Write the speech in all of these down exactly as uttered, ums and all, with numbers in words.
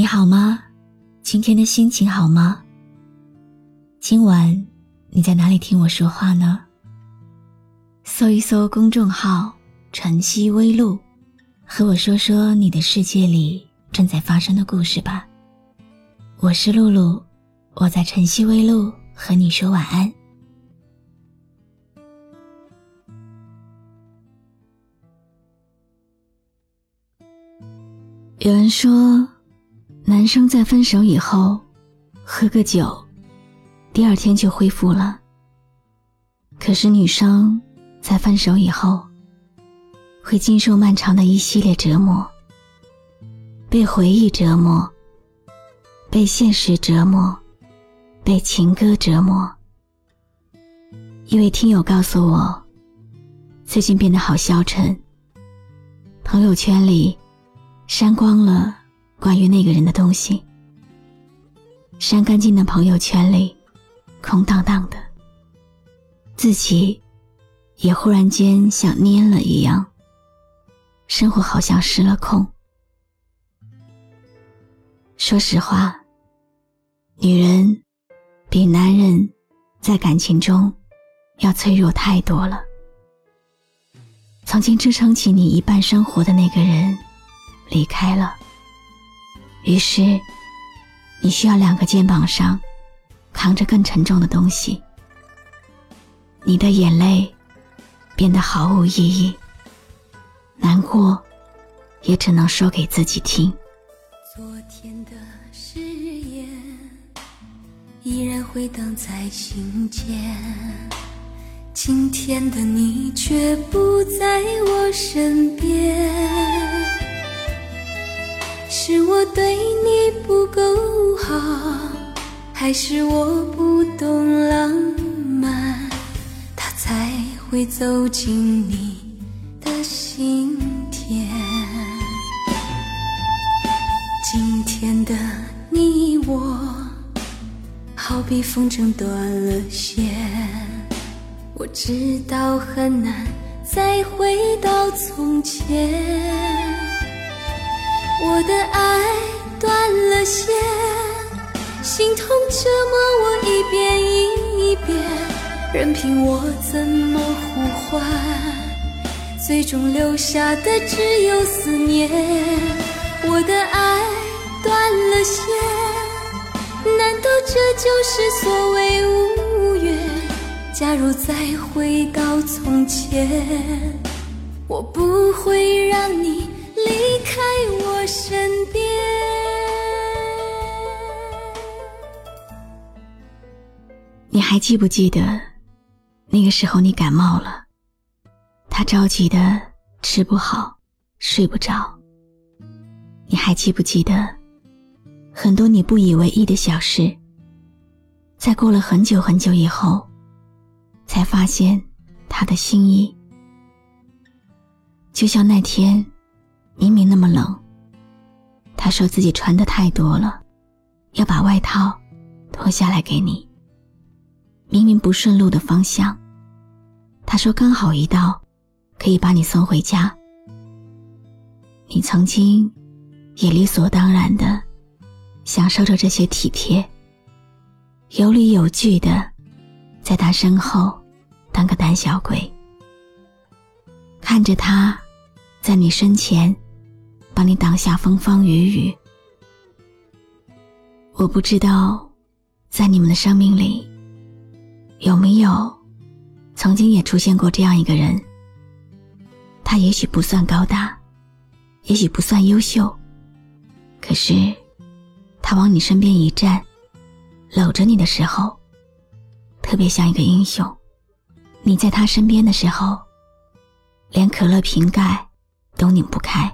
你好吗？今天的心情好吗？今晚你在哪里听我说话呢？搜一搜公众号晨曦微露，和我说说你的世界里正在发生的故事吧。我是露露，我在晨曦微露和你说晚安。有人说，男生在分手以后喝个酒，第二天就恢复了。可是女生在分手以后会经受漫长的一系列折磨，被回忆折磨，被现实折磨，被情歌折磨。一位听友告诉我，最近变得好消沉，朋友圈里删光了关于那个人的东西，删干净的朋友圈里空荡荡的，自己也忽然间像蔫了一样，生活好像失了控。说实话，女人比男人在感情中要脆弱太多了。曾经支撑起你一半生活的那个人离开了，于是你需要两个肩膀上扛着更沉重的东西，你的眼泪变得毫无意义，难过也只能说给自己听。 昨天的誓言依然回荡在心间，今天的你却不在我身边。是我对你不够好，还是我不懂浪漫，它才会走进你的心田。今天的你我好比风筝断了线，我知道很难再回到从前。我的爱断了线，心痛折磨我一遍一遍，任凭我怎么呼唤，最终留下的只有思念。我的爱断了线，难道这就是所谓无缘？假如再回到从前，我不会让你离开我身边。 你还记不记得那个时候你感冒了，他着急的吃不好睡不着。你还记不记得很多你不以为意的小事，在过了很久很久以后才发现他的心意。就像那天明明那么冷，他说自己穿得太多了，要把外套脱下来给你。明明不顺路的方向，他说刚好一到，可以把你送回家。你曾经也理所当然地享受着这些体贴，有理有据地在他身后当个胆小鬼，看着他在你身前帮你挡下风风雨雨。我不知道在你们的生命里有没有曾经也出现过这样一个人，他也许不算高大，也许不算优秀，可是他往你身边一站，搂着你的时候特别像一个英雄。你在他身边的时候连可乐瓶盖都拧不开。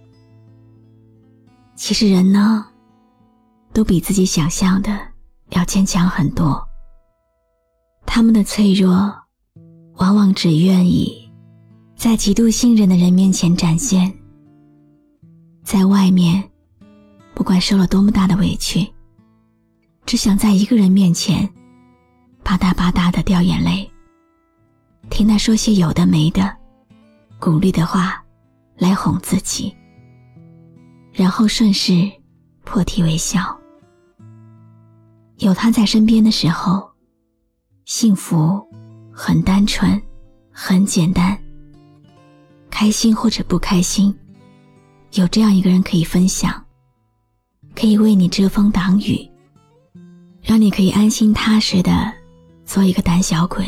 其实人呢，都比自己想象的要坚强很多。他们的脆弱往往只愿意在极度信任的人面前展现，在外面不管受了多么大的委屈，只想在一个人面前吧嗒吧嗒地掉眼泪，听他说些有的没的鼓励的话来哄自己，然后顺势破涕为笑。有他在身边的时候，幸福很单纯，很简单。开心或者不开心，有这样一个人可以分享，可以为你遮风挡雨，让你可以安心踏实的做一个胆小鬼。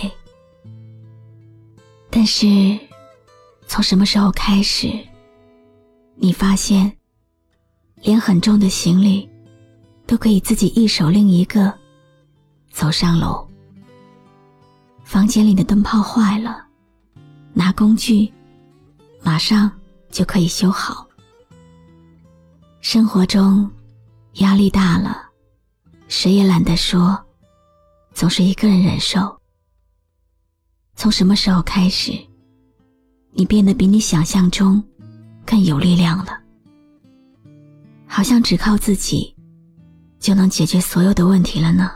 但是从什么时候开始，你发现连很重的行李都可以自己一手拎一个走上楼，房间里的灯泡坏了，拿工具马上就可以修好。生活中压力大了，谁也懒得说，总是一个人忍受。从什么时候开始，你变得比你想象中更有力量了？好像只靠自己就能解决所有的问题了呢？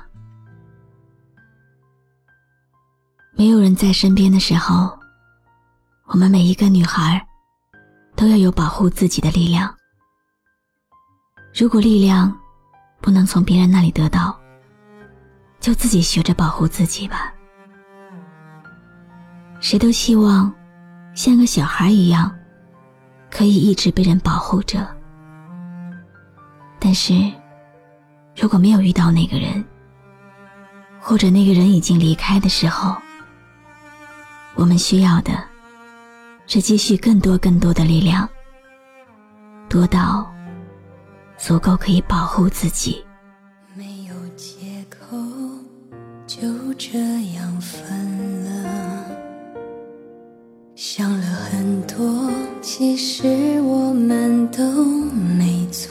没有人在身边的时候，我们每一个女孩都要有保护自己的力量。如果力量不能从别人那里得到，就自己学着保护自己吧。谁都希望像个小孩一样，可以一直被人保护着。但是如果没有遇到那个人，或者那个人已经离开的时候，我们需要的是积蓄更多更多的力量，多到足够可以保护自己。 没有借口，就这样分了。想了很多，其实我们都没错。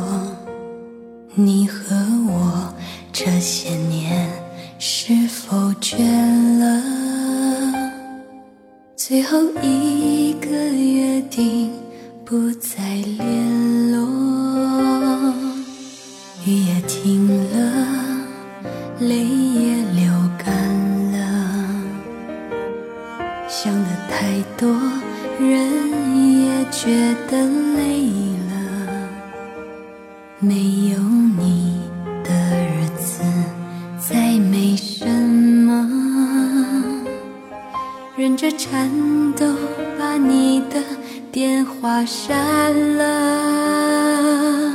你和我这些年是否倦了？最后一个约定，不再联络。雨也停了，泪也流干了。想得太多，人也觉得累了。没有你的日子再没什么，忍着颤抖把你的电话删了。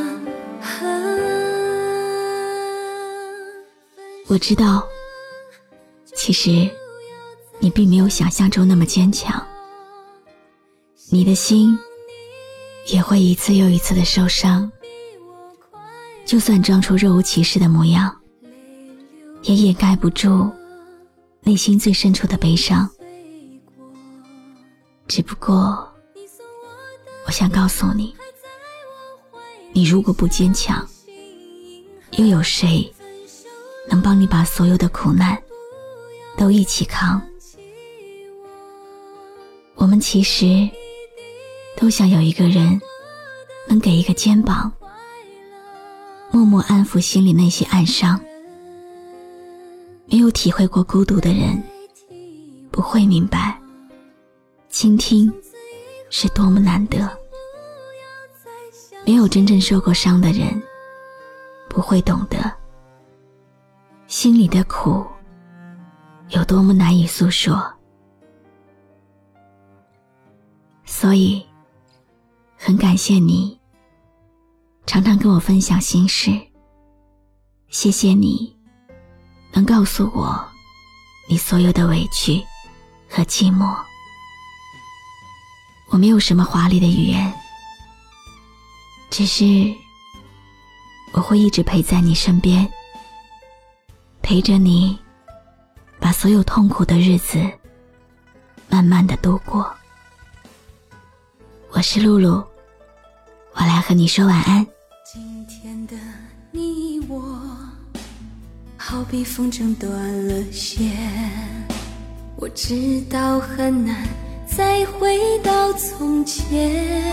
我知道，其实你并没有想象中那么坚强，你的心也会一次又一次的受伤，就算装出若无其事的模样，也掩盖不住内心最深处的悲伤。只不过我想告诉你，你如果不坚强，又有谁能帮你把所有的苦难都一起扛？我们其实都想有一个人能给一个肩膀，默默安抚心里那些暗伤。没有体会过孤独的人不会明白，倾听是多么难得。没有真正受过伤的人不会懂得心里的苦有多么难以诉说。所以很感谢你常常跟我分享心事，谢谢你能告诉我你所有的委屈和寂寞。我没有什么华丽的语言，只是我会一直陪在你身边，陪着你把所有痛苦的日子慢慢地度过。我是露露，我来和你说晚安。 今天的你我好比风筝断了线，我知道很难再回到从前，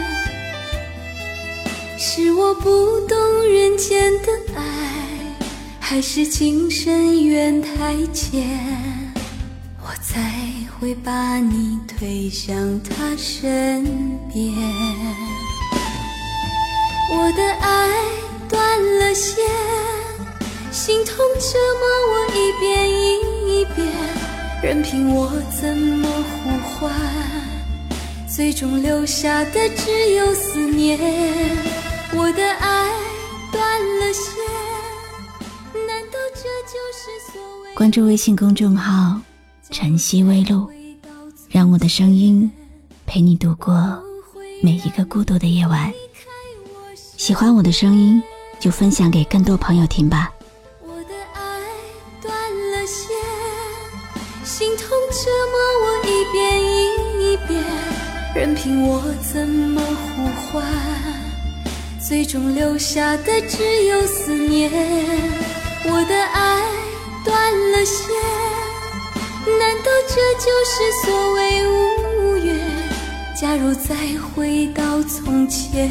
是我不懂人间的爱，还是情深缘太浅，我才会把你推向他身边。 我的爱断了线，心痛折磨我一遍一遍，任凭我怎么呼唤，最终留下的只有思念。我的爱断了线，难道这就是所谓？ 关注微信公众号晨曦微露，让我的声音陪你度过每一个孤独的夜晚。喜欢我的声音就分享给更多朋友听吧。 我的爱断了线，心痛折磨我一遍一遍，任凭我怎么呼唤，最终留下的只有思念。我的爱断了线，难道这就是所谓无缘？假如再回到从前，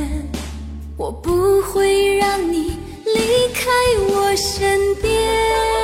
我不会让你离开我身边。